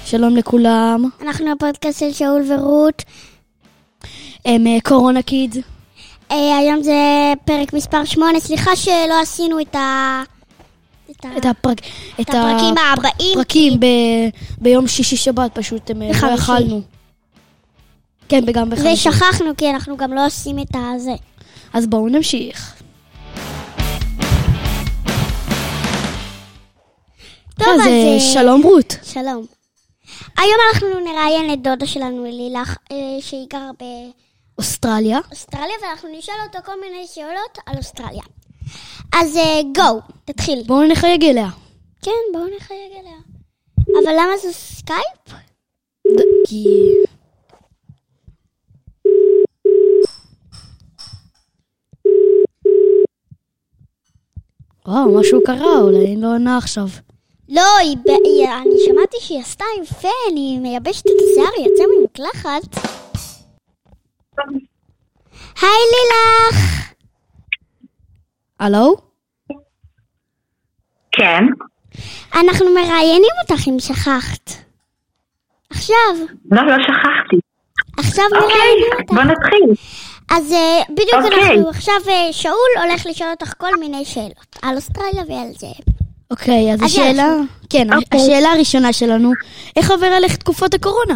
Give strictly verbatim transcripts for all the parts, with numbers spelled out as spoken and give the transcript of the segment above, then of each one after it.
שלום לכולם. אנחנו הפודקאסט של שאול ורות. הם קורונה קידס. היום זה פרק מספר שמונה. סליחה שלא עשינו את ה... את הפרק... את הפרקים הבאים. פרקים ביום שישי שבת, פשוט לא יכלנו. כן, וגם בחמישי. ושכחנו, כי אנחנו גם לא עושים את הזה. אז בואו נמשיך. טוב, אז... שלום רות. שלום. היום אנחנו נראיין את דודה שלנו, לילך, שהיא גרה באוסטרליה. אוסטרליה, ואנחנו נשאל אותו כל מיני שאלות על אוסטרליה. אז גו, תתחיל. בואו נחייג אליה. כן, בואו נחייג אליה. אבל למה זה סקייפ? כי... וואו, משהו קרה, אולי היא לא עונה עכשיו. לא, היא, היא, אני שמעתי שהיא עשתה יפה, אני מייבשת את השיער, היא יצאה ממקלחת. היי לילך. הלו? כן. אנחנו מראיינים אותך אם שכחת. עכשיו. לא, לא שכחתי. עכשיו אוקיי, מראיינים אותך. בוא נתחיל. אז בדיוק אוקיי. אנחנו עכשיו, שאול הולך לשאול אותך כל מיני שאלות, על אוסטרליה ועל זה. אוקיי, אז השאלה, כן, השאלה הראשונה שלנו, איך עובר עליך תקופות הקורונה?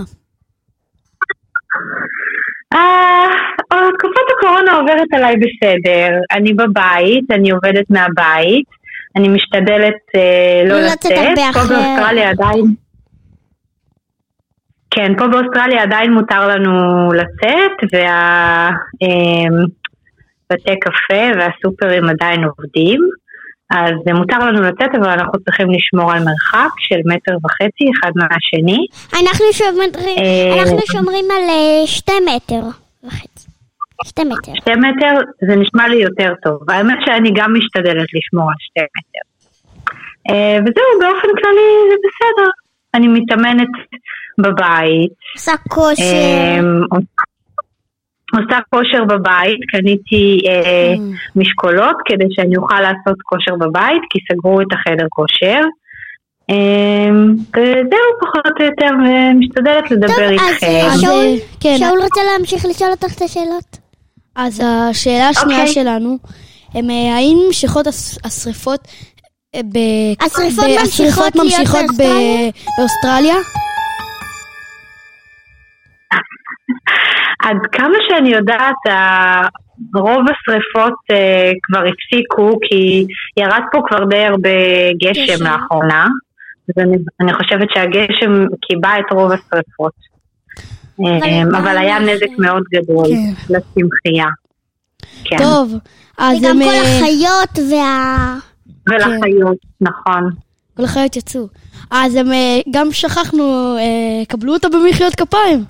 תקופת הקורונה עוברת עליי בסדר, אני בבית, אני עובדת מהבית, אני משתדלת לא לצאת, פה באוסטרליה עדיין, כן, פה באוסטרליה עדיין מותר לנו לצאת, והבתי קפה והסופרים עדיין עובדים, אז זה מותר לנו לצאת, אבל אנחנו צריכים לשמור על מרחק של מטר וחצי, אחד מהשני. אנחנו שומרים, אנחנו שומרים על שתי מטר וחצי. שתי מטר. שתי מטר, זה נשמע לי יותר טוב. האמת שאני גם משתדלת לשמור על שתי מטר. וזהו, באופן כללי זה בסדר. אני מתאמנת בבית. עושה כושר. עושה כושר בבית, קניתי אה, משקולות כדי שאני אוכל לעשות כושר בבית, כי סגרו את החדר כושר. אה, וזהו פחות או יותר, משתדלת לדבר איתכם. טוב, אז שאול, כן. שאול רוצה להמשיך לשאול אותך את השאלות. אז השאלה השנייה okay. שלנו, הם, האם ממשיכות השריפות, ב, השריפות ב, ממשיכות, ממשיכות ב, באוסטרליה? עד כמה שאני יודעת, רוב השריפות uh, כבר הפסיקו, כי ירד פה כבר די הרבה גשם גשם. לאחרונה, אז אני, אני חושבת שהגשם קיבע את רוב השריפות. אבל, אבל היה נזק מאוד גדול כן. לצמחייה. כן. טוב, אז וגם הם... כל החיות וה... ולחיות, כן. נכון. כל החיות יצאו. אז הם, גם שכחנו, קבלו אותה במחיאות כפיים.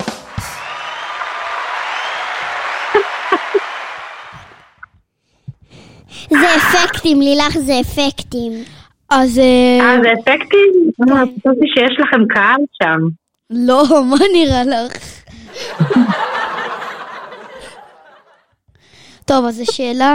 זה אפקטים, לילך, זה אפקטים. אז... אה, זה אפקטים? אני חושבת שיש לכם קהל שם. לא, מה נראה לך? טוב, אז השאלה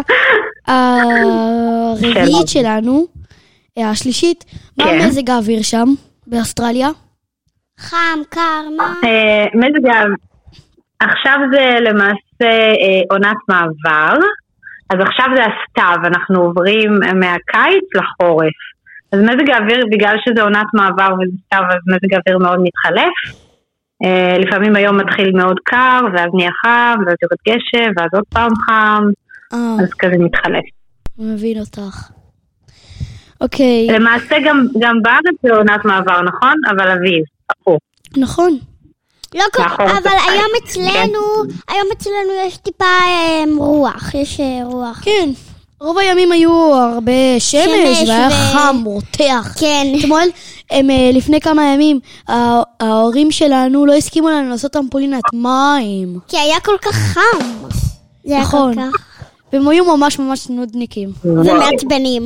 הרביעית שלנו, השלישית, מה מזג האוויר שם, באוסטרליה? חם, קר, מה? מזג האוויר, עכשיו זה למעשה עונת מעבר, אז עכשיו זה הסתיו, אנחנו עוברים מהקיץ לחורף. אז מזג האוויר, בגלל שזה עונת מעבר וזה סתיו, אז מזג האוויר מאוד מתחלף. לפעמים היום מתחיל מאוד קר, ואז נהיה חם, ואז יורד גשם, ואז עוד פעם חם, אז כזה מתחלף. מבין אותך. אוקיי. למעשה גם, גם בארץ זה עונת מעבר, נכון? אבל אביב, הפוך. נכון. לא כל כך, אבל היום אצלנו, היום אצלנו יש טיפה רוח, יש רוח. כן, רוב הימים היו הרבה שמש, והיה חם, רותח. כן. אתמול, לפני כמה ימים, ההורים שלנו לא הסכימו לנו לעשות טרמפולינת מים. כי היה כל כך חם. זה היה כל כך. והם היו ממש ממש נודניקים. ומעצבנים.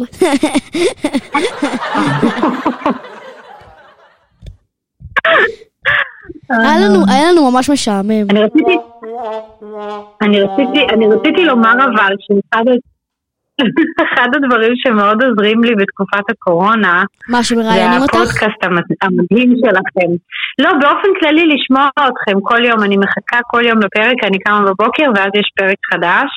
היה לנו, היה לנו ממש משעמם. אני רציתי, אני רציתי, אני רציתי לומר אבל שמשרד, אחד הדברים שמאוד עוזרים לי בתקופת הקורונה, מה שמראיינים אותך? זה הפודקאסט המדהים שלכם. לא, באופן כללי לשמוע אתכם כל יום, אני מחכה כל יום לפרק, אני קמה בבוקר ואז יש פרק חדש,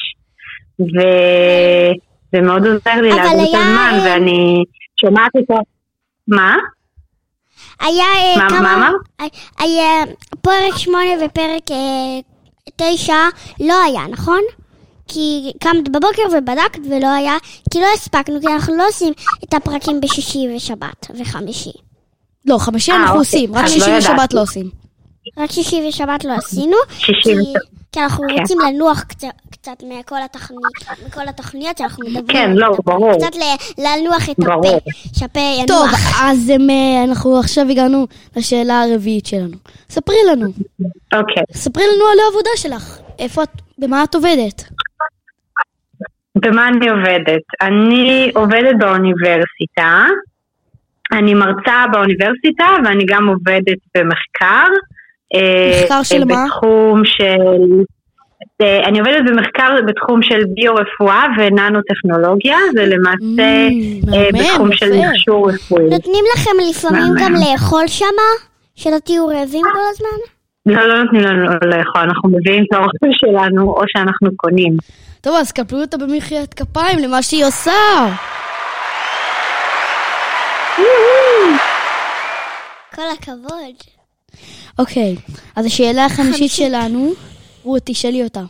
וזה מאוד עוזר לי לעבור את הזמן, ואני שומעת את... מה? היה מה, כמה... מה, מה? היה פרק שמונה ופרק תשע לא היה, נכון? כי קמת בבוקר ובדקת ולא היה, כי לא הספקנו, כי אנחנו לא עושים את הפרקים בשישי ושבת וחמישי. לא, חמישי אנחנו עושים, רק שישי ושבת לא עושים. רק שישי ושבת לא עשינו, כי אנחנו רוצים לנוח קצת מכל התוכניות שאנחנו מדברים. כן, לא, ברור. קצת לנוח את הפה, שהפה ינוח. טוב, אז אנחנו עכשיו הגענו לשאלה הרביעית שלנו. ספרי לנו. אוקיי. ספרי לנו על העבודה שלך. איפה את, במה את עובדת? במה אני עובדת? אני עובדת באוניברסיטה, אני מרצה באוניברסיטה ואני גם עובדת במחקר. מחקר של מה? בתחום של... אני עובדת במחקר בתחום של ביו-רפואה וננו-טכנולוגיה, זה למעשה בתחום של מכשור רפואי. נותנים לכם לפעמים גם לאכול שמה? שלא תהיו רעבים כל הזמן? לא, לא נותנים לנו לאכול, אנחנו מביאים את האוכל שלנו או שאנחנו קונים. טוב, אז קפלו אותה במחיית כפיים למה שהיא עושה. כל הכבוד. אוקיי, אז השאלה החמישית שלנו, רות, תשאלי אותה.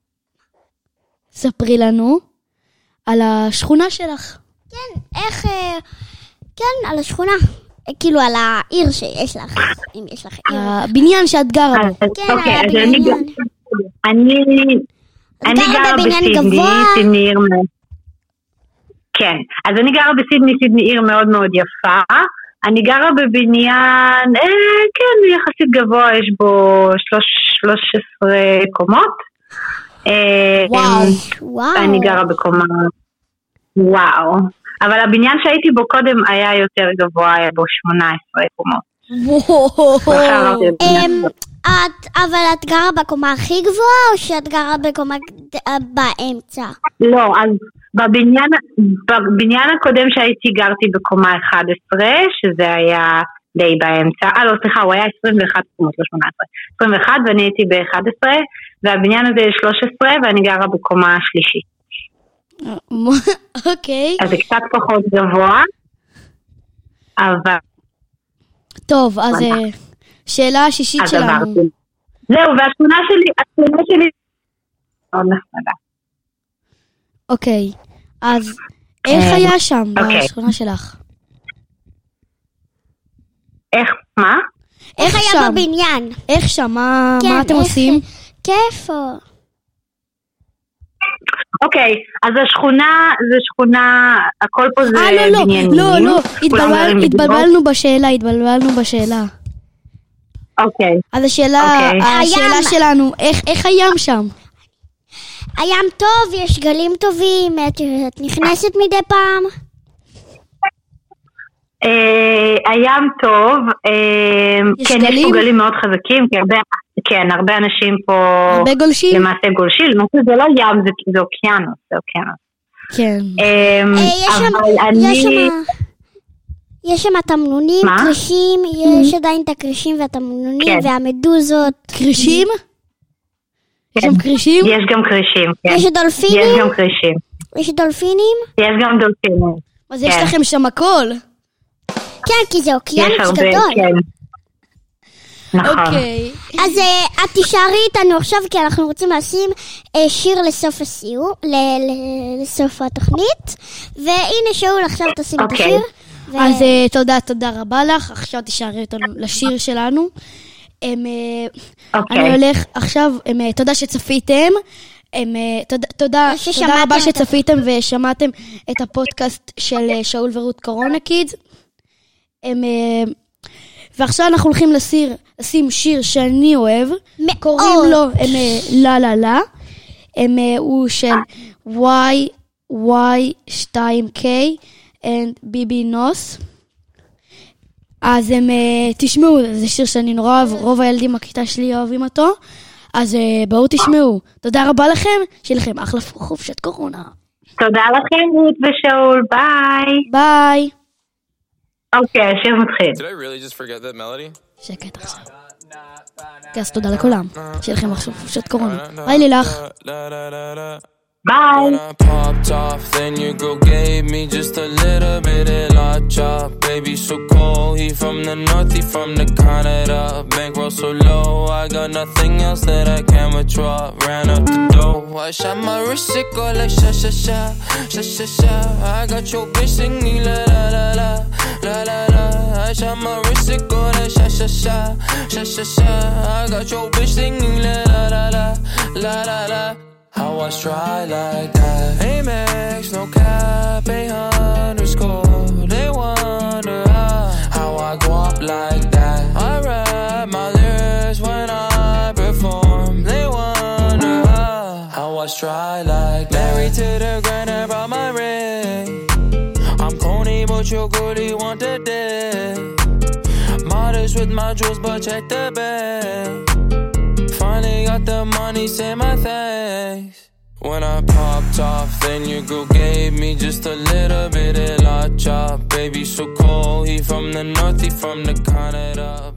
ספרי לנו על השכונה שלך. כן, איך... כן, על השכונה. כאילו על העיר שיש לך, אם יש לך עיר. הבניין שאת גרה בו. כן, על הבניין. אני... אני גרה בסידני, סידני עיר מאוד... כן, אז אני גרה בסידני, סידני עיר מאוד מאוד יפה. אני גרה בבניין, אה, כן, יחסית גבוה, יש בו שלוש עשרה קומות. וואו, וואו. אני גרה בקומה, וואו. אבל הבניין שהייתי בו קודם היה יותר גבוה, היה בו שמונה עשרה קומות. אבל את גרה בקומה הכי גבוהה, או שאת גרה בקומה באמצע? לא, אז בבניין, בבניין הקודם שהייתי גרתי בקומה אחת עשרה, שזה היה די באמצע, אה לא סליחה, הוא היה עשרים ואחת קומות, לא שמונה עשרה, עשרים ואחת ואני הייתי ב-אחת עשרה, והבניין הזה שלוש עשרה ואני גרה בקומה השלישית. אוקיי. אז זה קצת פחות גבוה, אבל... טוב, אז שאלה השישית שלנו. זהו, והשכונה שלי, השכונה שלי... מאוד נחמדה. אוקיי, אז איך היה שם בשכונה שלך? איך, מה? איך היה בבניין? איך שם? מה אתם עושים? כיף. אוקיי, אז השכונה, זה שכונה, הכל פה זה בניינים. לא, לא, התבלבלנו בשאלה, התבלבלנו בשאלה. אוקיי. אז השאלה, השאלה שלנו, איך הים שם? הים טוב, יש גלים טובים, את נכנסת מדי פעם? הים טוב, כן, יש פה גלים מאוד חזקים, כי הרבה... כן, הרבה אנשים פה הרבה גולשים? למעשה גולשים, למעשה זה לא ים, זה, זה אוקיינוס, זה אוקיינוס. כן. אבל אני... יש שם תמנונים, קרישים, יש עדיין את הקרישים והתמנונים והמדוזות. קרישים? יש שם קרישים? יש גם קרישים, כן. יש דולפינים? יש גם קרישים. יש דולפינים? יש גם דולפינים. אז יש לכם שם הכל. כן, כי זה אוקיינוס גדול. כן. נכון. אוקיי. אז את תישארי איתנו עכשיו, כי אנחנו רוצים לשים שיר לסוף הסיור, לסוף התוכנית, והנה שאול עכשיו תשים את השיר. אז תודה, תודה רבה לך, עכשיו תישארי איתנו לשיר שלנו. אני הולך עכשיו, תודה שצפיתם, תודה רבה שצפיתם ושמעתם את הפודקאסט של שאול ורות קורונה קידס. ועכשיו אנחנו הולכים לסיר, לשים שיר שאני אוהב, קוראים לו לה לה לה, הוא של וואי וואי שתיים קיי and ביבי נוס. אז הם, תשמעו, זה שיר שאני נורא אוהב, רוב הילדים בכיתה שלי אוהבים אותו, אז בואו תשמעו. תודה רבה לכם, שיהיה לכם אחלה חופשת קורונה. תודה לכם, רות ושאול, ביי. ביי. אוקיי, השיר מתחיל. Did I really just forget that melody? שקט עכשיו. אז תודה לכולם. שיהיה לכם עכשיו חופשת קורונה. ביי לילך. ביי. When I popped off, then your girl gave me just a little bit of la chop. Baby so cold, he from the north, he from the Canada. Bankroll so low, I got nothing else that I can withdraw. Ran up the dough, I shot my wrist, it go like sha sha sha, sha sha sha. I got your bitch singing la la la la, la la la. I shot my wrist, it go like sha sha sha, sha sha sha. I got your bitch singing la la la la, la la la. How I try like that. Amex, no cap, a underscore. They wonder how, how I go up like that. I rap my lyrics when I perform. They wonder how, how I try like that. Married to the grind, I brought my ring. I'm corny, but your goodie want the dick. Modest with my jewels, but check the bag. Finally got the money, say my thanks. When I popped off, then your girl gave me just a little bit of la chop. Baby so cold, he from the north, he from the Canada.